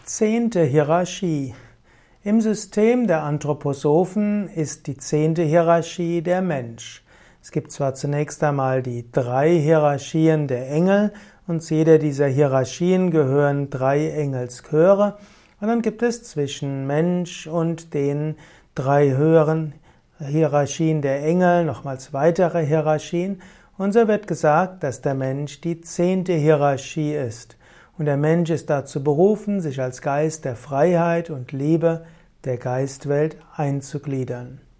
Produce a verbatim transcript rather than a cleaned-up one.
Zehnte Hierarchie. Im System der Anthroposophen ist die zehnte Hierarchie der Mensch. Es gibt zwar zunächst einmal die drei Hierarchien der Engel und zu jeder dieser Hierarchien gehören drei Engelschöre und dann gibt es zwischen Mensch und den drei höheren Hierarchien der Engel nochmals weitere Hierarchien und so wird gesagt, dass der Mensch die zehnte Hierarchie ist. Und der Mensch ist dazu berufen, sich als Geist der Freiheit und Liebe der Geistwelt einzugliedern.